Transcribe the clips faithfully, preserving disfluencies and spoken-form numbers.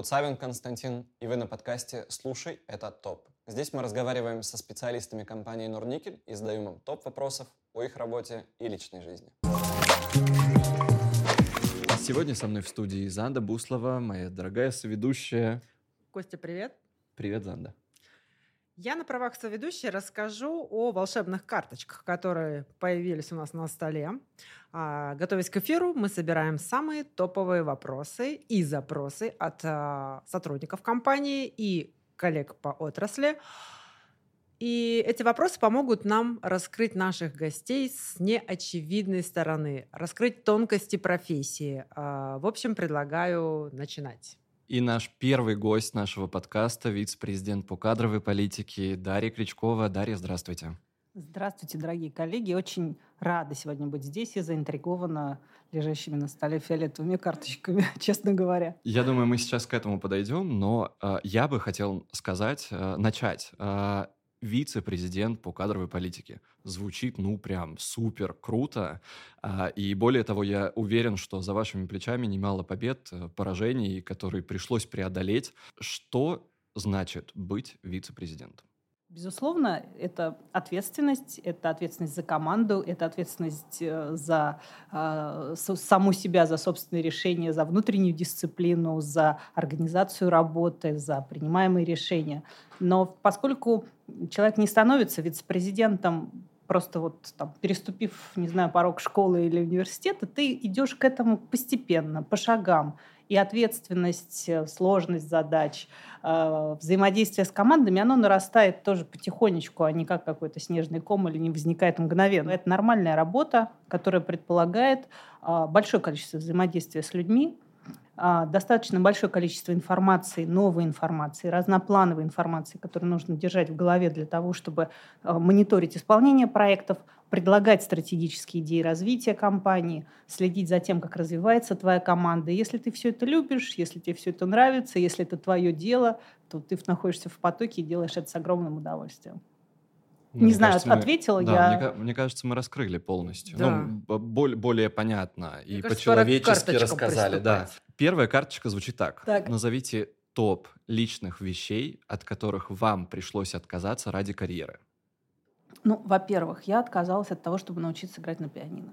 Савин Константин, и вы на подкасте «Слушай, это топ». Здесь мы разговариваем со специалистами компании Норникель и задаем им топ вопросов о их работе и личной жизни. Сегодня со мной в студии Занда Буслова, моя дорогая соведущая. Костя, привет. Привет, Занда. Я на правах соведущей расскажу о волшебных карточках, которые появились у нас на столе. А, готовясь к эфиру, мы собираем самые топовые вопросы и запросы от а, сотрудников компании и коллег по отрасли. И эти вопросы помогут нам раскрыть наших гостей с неочевидной стороны, раскрыть тонкости профессии. А, в общем, предлагаю начинать. И наш первый гость нашего подкаста, вице-президент по кадровой политике Дарья Кричкова. Дарья, здравствуйте. Здравствуйте, дорогие коллеги. Очень рада сегодня быть здесь и заинтригована лежащими на столе фиолетовыми карточками, честно говоря. Я думаю, мы сейчас к этому подойдем, но э, я бы хотел сказать, э, начать. Э, вице-президент по кадровой политике. Звучит, ну, прям супер круто. А, и более того, я уверен, что за вашими плечами немало побед, поражений, которые пришлось преодолеть. Что значит быть вице-президентом? Безусловно, это ответственность, это ответственность за команду, это ответственность за э, саму себя, за собственные решения, за внутреннюю дисциплину, за организацию работы, за принимаемые решения. Но поскольку человек не становится вице-президентом, просто вот там, переступив, не знаю, порог школы или университета, ты идешь к этому постепенно, по шагам. И ответственность, сложность задач, э, взаимодействие с командами, оно нарастает тоже потихонечку, а не как какой-то снежный ком или не возникает мгновенно. Это нормальная работа, которая предполагает э, большое количество взаимодействия с людьми, э, достаточно большое количество информации, новой информации, разноплановой информации, которую нужно держать в голове для того, чтобы э, мониторить исполнение проектов, предлагать стратегические идеи развития компании, следить за тем, как развивается твоя команда. И если ты все это любишь, если тебе все это нравится, если это твое дело, то ты находишься в потоке и делаешь это с огромным удовольствием. Мне Не знаю, кажется, мы- ответила да, я. Мне, мне кажется, мы раскрыли полностью. Да. Ну, б- боль- более понятно и Мне кажется, пора к по-человечески карточкам рассказали. Да. приступать. Первая карточка звучит так. Так. Назовите топ личных вещей, от которых вам пришлось отказаться ради карьеры. Ну, во-первых, я отказалась от того, чтобы научиться играть на пианино.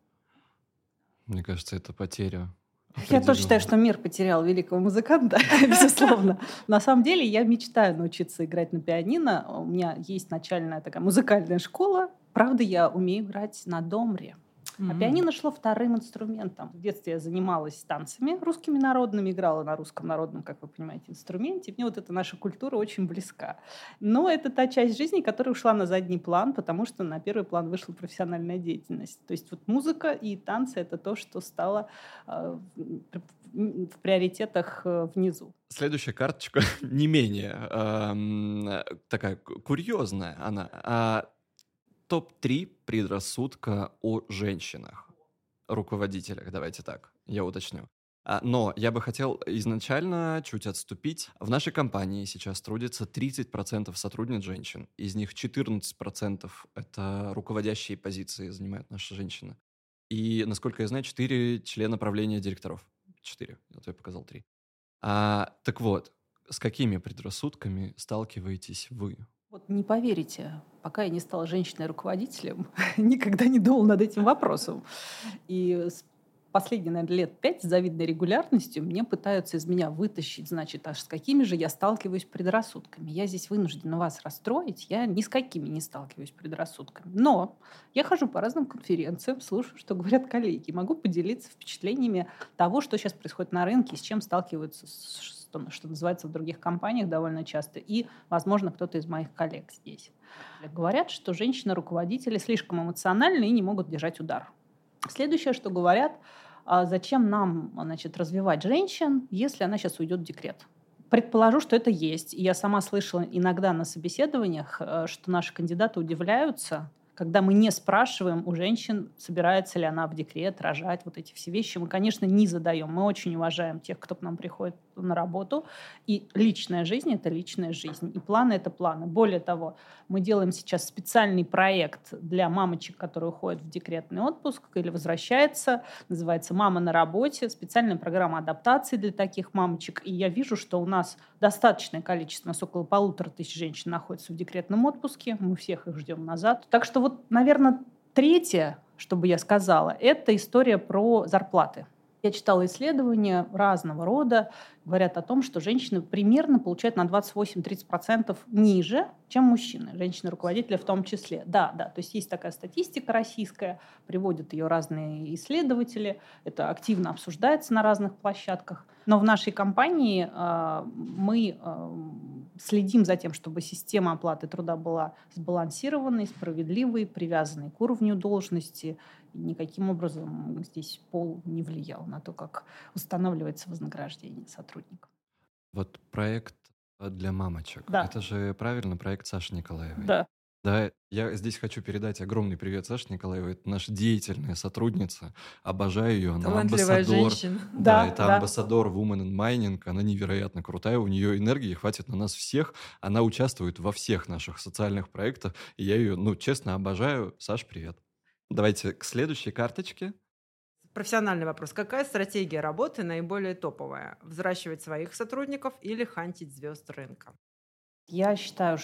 Мне кажется, это потеря. Я тоже считаю, что мир потерял великого музыканта, безусловно. На самом деле я мечтаю научиться играть на пианино. У меня есть начальная такая музыкальная школа. Правда, я умею играть на домре. А пианино шло вторым инструментом. В детстве я занималась танцами русскими народными, играла на русском народном, как вы понимаете, инструменте. Мне вот эта наша культура очень близка. Но это та часть жизни, которая ушла на задний план, потому что на первый план вышла профессиональная деятельность. То есть вот музыка и танцы — это то, что стало э, в приоритетах э, внизу. Следующая карточка не менее эм, такая ку- курьезная. Она А, топ три предрассудка о женщинах, руководителях, давайте так, я уточню. А, Но я бы хотел изначально чуть отступить. В нашей компании сейчас трудится тридцать процентов сотрудниц женщин. Из них четырнадцать процентов это руководящие позиции занимают наши женщины. И, насколько я знаю, четыре члена правления директоров. четыре, я тебе показал три. А, так вот, с какими предрассудками сталкиваетесь вы? Вот не поверите, пока я не стала женщиной-руководителем, никогда не думала над этим вопросом. И с последние, наверное, лет пять с завидной регулярностью мне пытаются из меня вытащить, значит, аж с какими же я сталкиваюсь предрассудками. Я здесь вынуждена вас расстроить, я ни с какими не сталкиваюсь предрассудками. Но я хожу по разным конференциям, слушаю, что говорят коллеги, могу поделиться впечатлениями того, что сейчас происходит на рынке, с чем сталкиваются, что, что называется, в других компаниях довольно часто, и, возможно, кто-то из моих коллег здесь. Говорят, что женщины-руководители слишком эмоциональны и не могут держать удар. Следующее, что говорят, а зачем нам, значит, развивать женщин, если она сейчас уйдет в декрет. Предположу, что это есть. И я сама слышала иногда на собеседованиях, что наши кандидаты удивляются, когда мы не спрашиваем у женщин, собирается ли она в декрет, рожать, вот эти все вещи, мы, конечно, не задаем. Мы очень уважаем тех, кто к нам приходит на работу. И личная жизнь – это личная жизнь. И планы – это планы. Более того, мы делаем сейчас специальный проект для мамочек, которые уходят в декретный отпуск или возвращаются. Называется «Мама на работе». Специальная программа адаптации для таких мамочек. И я вижу, что у нас достаточное количество, у нас около полутора тысяч женщин находятся в декретном отпуске. Мы всех их ждем назад. Так что вот, наверное, третье, что бы я сказала, это история про зарплаты. Я читала исследования разного рода, говорят о том, что женщины примерно получают на двадцать восемь - тридцать процентов ниже, чем мужчины, женщины-руководители в том числе. Да, да, то есть есть такая статистика российская, приводят ее разные исследователи, это активно обсуждается на разных площадках. Но в нашей компании э, мы э, следим за тем, чтобы система оплаты труда была сбалансированной, справедливой, привязанной к уровню должности. И никаким образом здесь пол не влиял на то, как устанавливается вознаграждение сотрудников. Вот проект для мамочек. Да. Это же правильно проект Саши Николаевой. Да. Да, я здесь хочу передать огромный привет Саше Николаевой. Это наша деятельная сотрудница. Обожаю ее. Она Талантливая амбассадор. женщина. Да, Да, это да. амбассадор Women in Mining. Она невероятно крутая. У нее энергии хватит на нас всех. Она участвует во всех наших социальных проектах. И я ее, ну, честно, обожаю. Саш, привет. Давайте к следующей карточке. Профессиональный вопрос. Какая стратегия работы наиболее топовая? Взращивать своих сотрудников или хантить звезд рынка? Я считаю,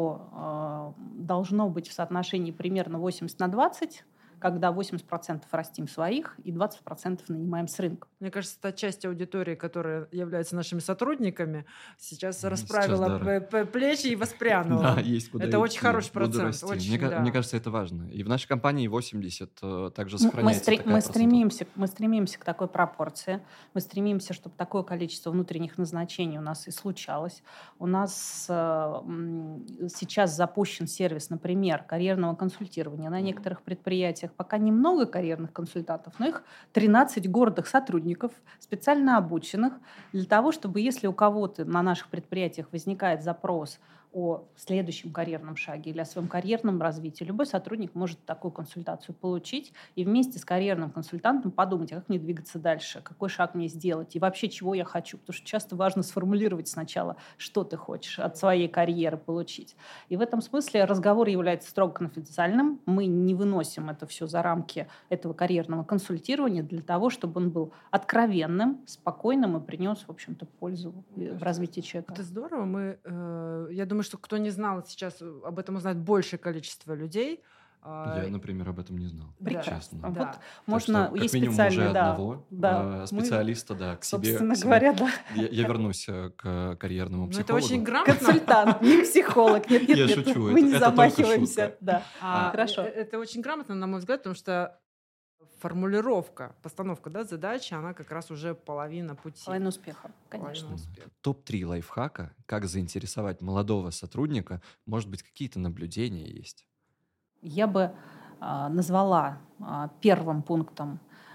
что э, должно быть в соотношении примерно восемьдесят на двадцать, когда восемьдесят процентов растим своих и двадцать процентов нанимаем с рынка. Мне кажется, та часть аудитории, которая является нашими сотрудниками, сейчас М, расправила сейчас, да. п- п- плечи и воспрянула. Да, есть куда Это очень идти, хороший куда процент. расти. Очень, мне, ка- да. мне кажется, это важно. И в нашей компании восемьдесят э, также Мы, мы сохраняется стре- такая мы процентовка. стремимся, мы стремимся к такой пропорции. Мы стремимся, чтобы такое количество внутренних назначений у нас и случалось. У нас э, м, сейчас запущен сервис, например, карьерного консультирования на некоторых предприятиях. Пока немного карьерных консультантов, но их тринадцать гордых сотрудников, специально обученных, для того, чтобы если у кого-то на наших предприятиях возникает запрос о следующем карьерном шаге или о своем карьерном развитии, любой сотрудник может такую консультацию получить и вместе с карьерным консультантом подумать, а как мне двигаться дальше, какой шаг мне сделать и вообще чего я хочу. Потому что часто важно сформулировать сначала, что ты хочешь от своей карьеры получить. И в этом смысле разговор является строго конфиденциальным. Мы не выносим это все за рамки этого карьерного консультирования для того, чтобы он был откровенным, спокойным и принес, в общем-то, пользу в развитии человека. Это здорово. Мы, э, я думаю, что кто не знал, сейчас об этом узнает большее количество людей. А, Я, например, об этом не знал. Прекрасно. Честно. Вот Да. Так можно, что, как есть минимум, специальные, уже да, одного да, э, мы, специалиста, да, к себе. собственно к себе. говоря, да. Я, я вернусь э, к карьерному Ну, это психологу. очень грамотно. Консультант, не психолог. Нет, нет, Я нет, шучу, мы это- не это только замахиваемся. шутка. Да. А, Хорошо. э, Это очень грамотно, на мой взгляд, потому что формулировка, постановка, да, задачи, она как раз уже половина пути. Половина успеха, Половина конечно. успеха. топ три лайфхака, как заинтересовать молодого сотрудника. Может быть, какие-то наблюдения есть? Я бы а, назвала а, первым пунктом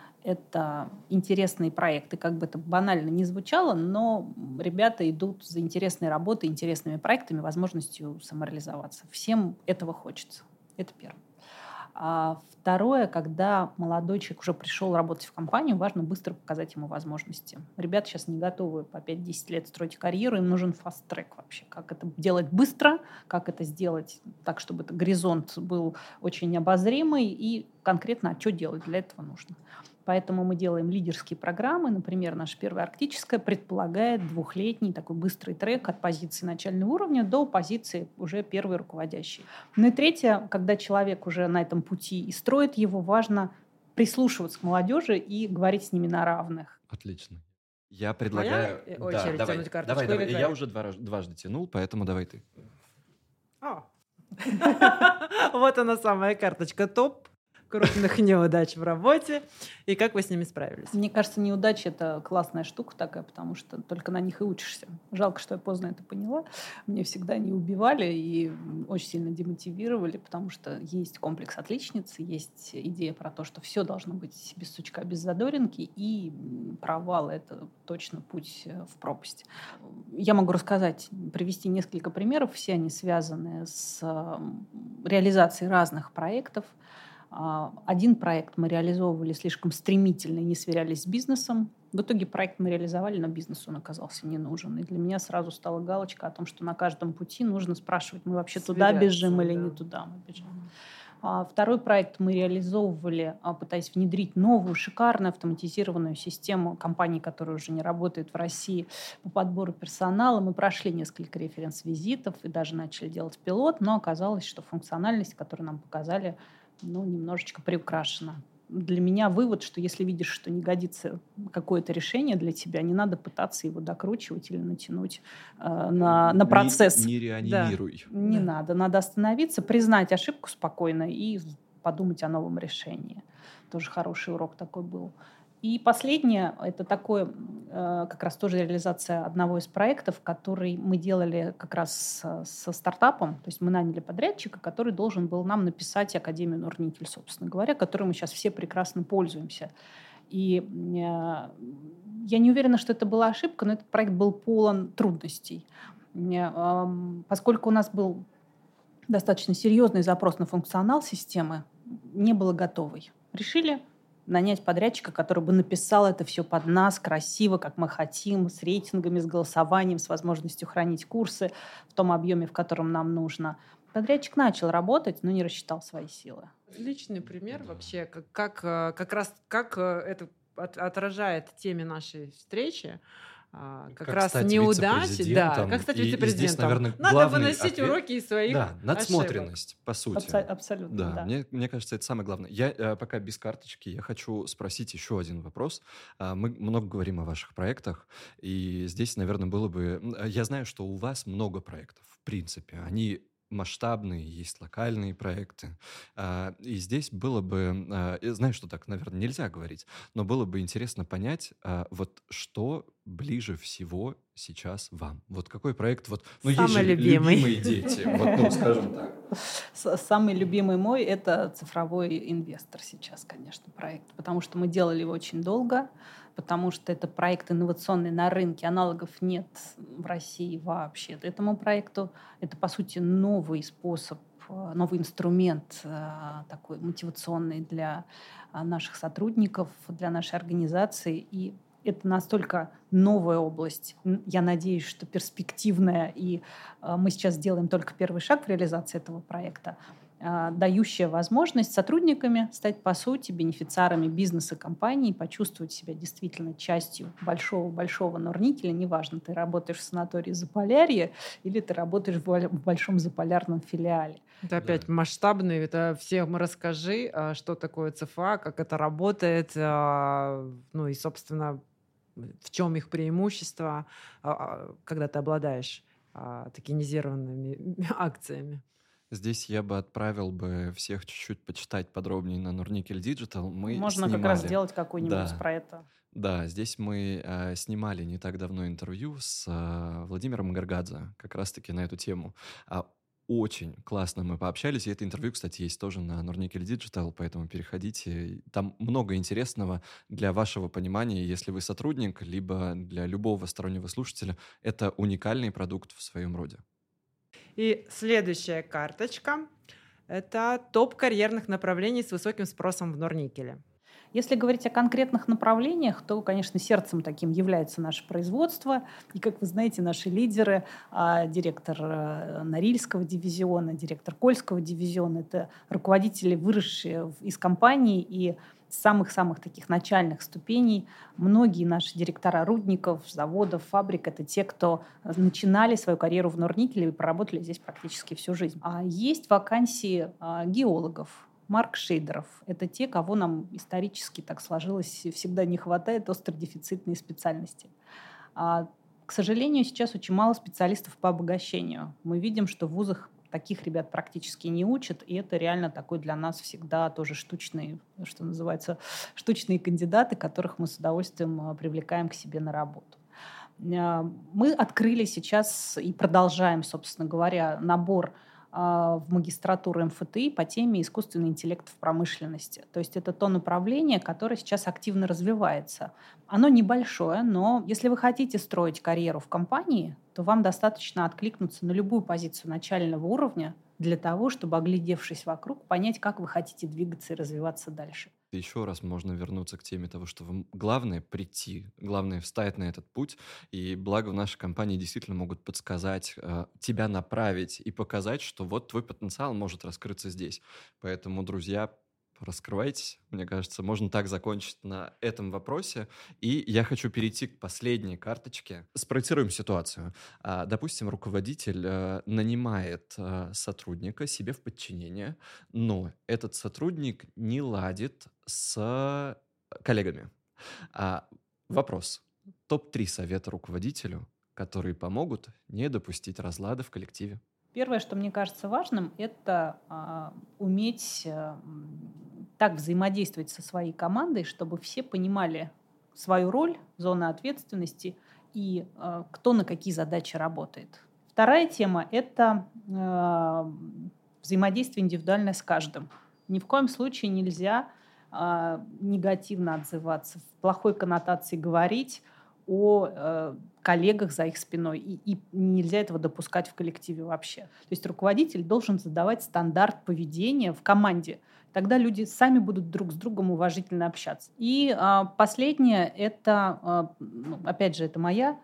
это интересные проекты. Как бы это банально не звучало, но ребята идут за интересной работой, интересными проектами, возможностью самореализоваться. Всем этого хочется. Это первое. А второе, когда молодой человек уже пришел работать в компанию, важно быстро показать ему возможности. Ребята сейчас не готовы по пять-десять лет строить карьеру, им нужен фаст-трек вообще. Как это делать быстро, как это сделать так, чтобы этот горизонт был очень обозримый и конкретно, а что делать для этого нужно. Поэтому мы делаем лидерские программы. Например, наша первая арктическая предполагает двухлетний такой быстрый трек от позиции начального уровня до позиции уже первой руководящей. Ну и третье, когда человек уже на этом пути и строит его, важно прислушиваться к молодежи и говорить с ними на равных. Отлично. Я предлагаю... Моя Да, очередь давай, тянуть карточку давай, или давай. Я твоя? уже два раз- дважды тянул, поэтому давай ты. А. Вот она самая карточка топ крупных неудач в работе. И как вы с ними справились? Мне кажется, неудача – это классная штука такая, потому что только на них и учишься. Жалко, что я поздно это поняла. Мне всегда не убивали, и очень сильно демотивировали, потому что есть комплекс отличницы, есть идея про то, что все должно быть без сучка, без задоринки, и провал — это точно путь в пропасть. Я могу рассказать, привести несколько примеров, все они связаны с реализацией разных проектов. Один проект мы реализовывали слишком стремительно и не сверялись с бизнесом. В итоге проект мы реализовали, но бизнесу он оказался не нужен. И для меня сразу стала галочка о том, что на каждом пути нужно спрашивать, мы вообще Сверяться, туда бежим или да. не туда мы бежим. Mm-hmm. Второй проект мы реализовывали, пытаясь внедрить новую, шикарную автоматизированную систему компании, которая уже не работает в России, по подбору персонала. Мы прошли несколько референс-визитов и даже начали делать пилот, но оказалось, что функциональность, которую нам показали, ну, немножечко приукрашена. Для меня вывод, что если видишь, что не годится какое-то решение для тебя, не надо пытаться его докручивать или натянуть э, на, на процесс. Не, не реанимируй. Да. Не да. надо. Надо остановиться, признать ошибку спокойно и подумать о новом решении. Тоже хороший урок такой был. И последнее, это такое, как раз тоже реализация одного из проектов, который мы делали как раз со стартапом. То есть мы наняли подрядчика, который должен был нам написать Академию Норникель, собственно говоря, которой мы сейчас все прекрасно пользуемся. И я не уверена, что это была ошибка, но этот проект был полон трудностей. Поскольку у нас был достаточно серьезный запрос на функционал системы, не было готовой. Решили нанять подрядчика, который бы написал это все под нас, красиво, как мы хотим, с рейтингами, с голосованием, с возможностью хранить курсы в том объеме, в котором нам нужно. Подрядчик начал работать, но не рассчитал свои силы. Отличный пример вообще, как, как, как раз как это отражает теме нашей встречи. Как, как раз неудачи, да, как стать вице-президентом. Здесь, наверное, надо выносить ответ, уроки из своих да, надсмотренность, ошибок. По сути. Абсо- абсолютно, да. да. Мне, мне кажется, это самое главное. Я э, пока без карточки, я хочу спросить еще один вопрос. Э, мы много говорим о ваших проектах, и здесь, наверное, было бы... Я знаю, что у вас много проектов, в принципе. Они масштабные, есть локальные проекты. И здесь было бы... Я знаю, что так, наверное, нельзя говорить, но было бы интересно понять, вот что ближе всего сейчас вам. Вот какой проект... Вот, ну, самый есть же любимый. любимые дети, вот, ну, скажем так. Самый любимый мой — это цифровой инвестор сейчас, конечно, проект, потому что мы делали его очень долго, потому что это проект инновационный на рынке, аналогов нет в России вообще этому проекту. Это, по сути, новый способ, новый инструмент такой мотивационный для наших сотрудников, для нашей организации. И это настолько новая область, я надеюсь, что перспективная, и мы сейчас делаем только первый шаг в реализации этого проекта, дающая возможность сотрудниками стать, по сути, бенефициарами бизнеса компании, почувствовать себя действительно частью большого-большого Норникеля. Неважно, ты работаешь в санатории Заполярье или ты работаешь в большом заполярном филиале. Это опять да. масштабный. Это всем расскажи, что такое ЦФА, как это работает, ну и, собственно, в чем их преимущество, когда ты обладаешь токенизированными акциями. Здесь я бы отправил бы всех чуть-чуть почитать подробнее на Nornickel Digital. Мы Можно снимали... как раз сделать какой-нибудь да. про это. Да, здесь мы э, снимали не так давно интервью с э, Владимиром Гаргадзе как раз-таки на эту тему. А, очень классно мы пообщались, и это интервью, кстати, есть тоже на Nornickel Digital, поэтому переходите. Там много интересного для вашего понимания, если вы сотрудник, либо для любого стороннего слушателя. Это уникальный продукт в своем роде. И следующая карточка – это топ карьерных направлений с высоким спросом в Норникеле. Если говорить о конкретных направлениях, то, конечно, сердцем таким является наше производство. И, как вы знаете, наши лидеры, директор Норильского дивизиона, директор Кольского дивизиона – это руководители, выросшие из компании и с самых-самых таких начальных ступеней. Многие наши директора рудников, заводов, фабрик — это те, кто начинали свою карьеру в Норникеле и проработали здесь практически всю жизнь. А есть вакансии геологов, маркшейдеров. Это те, кого нам исторически так сложилось, всегда не хватает, остродефицитной специальности. А, к сожалению, сейчас очень мало специалистов по обогащению. Мы видим, что в вузах таких ребят практически не учат, и это реально такой для нас всегда тоже штучные, что называется, штучные кандидаты, которых мы с удовольствием привлекаем к себе на работу. Мы открыли сейчас и продолжаем, собственно говоря, набор в магистратуру эм эф тэ и по теме искусственный интеллект в промышленности. То есть это то направление, которое сейчас активно развивается. Оно небольшое, но если вы хотите строить карьеру в компании, то вам достаточно откликнуться на любую позицию начального уровня для того, чтобы, оглядевшись вокруг, понять, как вы хотите двигаться и развиваться дальше. Еще раз можно вернуться к теме того, что вам главное прийти, главное встать на этот путь, и благо в нашей компании действительно могут подсказать, э, тебя направить и показать, что вот твой потенциал может раскрыться здесь. Поэтому, друзья, раскрывайтесь. Мне кажется, можно так закончить на этом вопросе. И я хочу перейти к последней карточке. Спроецируем ситуацию. А, Допустим, руководитель э, нанимает э, сотрудника себе в подчинение, но этот сотрудник не ладит с коллегами. А, Вопрос. топ три совета руководителю, которые помогут не допустить разлада в коллективе. Первое, что мне кажется важным, это а, уметь а, так взаимодействовать со своей командой, чтобы все понимали свою роль, зону ответственности и а, кто на какие задачи работает. Вторая тема – это а, взаимодействие индивидуальное с каждым. Ни в коем случае нельзя а, негативно отзываться, в плохой коннотации говорить о э, коллегах за их спиной. И, и нельзя этого допускать в коллективе вообще. То есть руководитель должен задавать стандарт поведения в команде. Тогда люди сами будут друг с другом уважительно общаться. И э, последнее, это, э, ну, опять же, это моя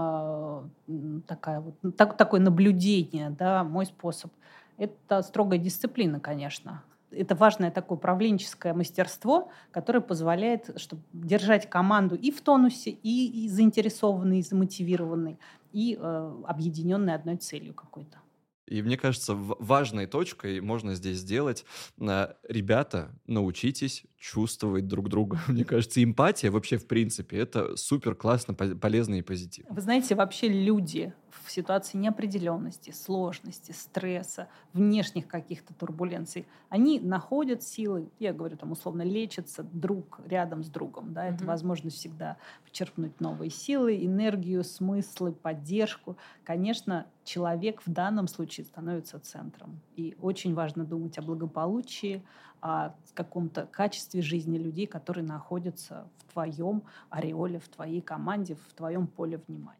э, такая вот, так, такое наблюдение, да, мой способ. Это строгая дисциплина, конечно. Это важное такое управленческое мастерство, которое позволяет, чтобы держать команду и в тонусе, и, и заинтересованной, и замотивированной, и э, объединенной одной целью какой-то. И мне кажется, в- важной точкой можно здесь сделать, э, ребята, научитесь чувствовать друг друга. Мне кажется, эмпатия вообще, в принципе, это супер классно, по- полезно и позитивно. Вы знаете, вообще люди в ситуации неопределенности, сложности, стресса, внешних каких-то турбуленций, они находят силы, я говорю, там условно, лечатся друг рядом с другом. Да? Это Мгм. возможность всегда почерпнуть новые силы, энергию, смыслы, поддержку. Конечно, человек в данном случае становится центром. И очень важно думать о благополучии, о каком-то качестве жизни людей, которые находятся в твоем ореоле, в твоей команде, в твоем поле внимания.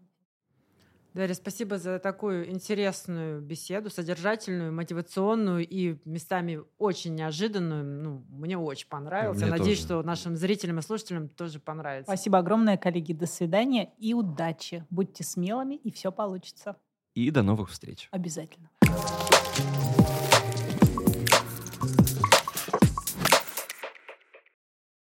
Дарья, спасибо за такую интересную беседу, содержательную, мотивационную и местами очень неожиданную. Ну, мне очень понравилось. Мне Я надеюсь, тоже. что нашим зрителям и слушателям тоже понравится. Спасибо огромное, коллеги. До свидания и удачи. Будьте смелыми, и все получится. И до новых встреч. Обязательно.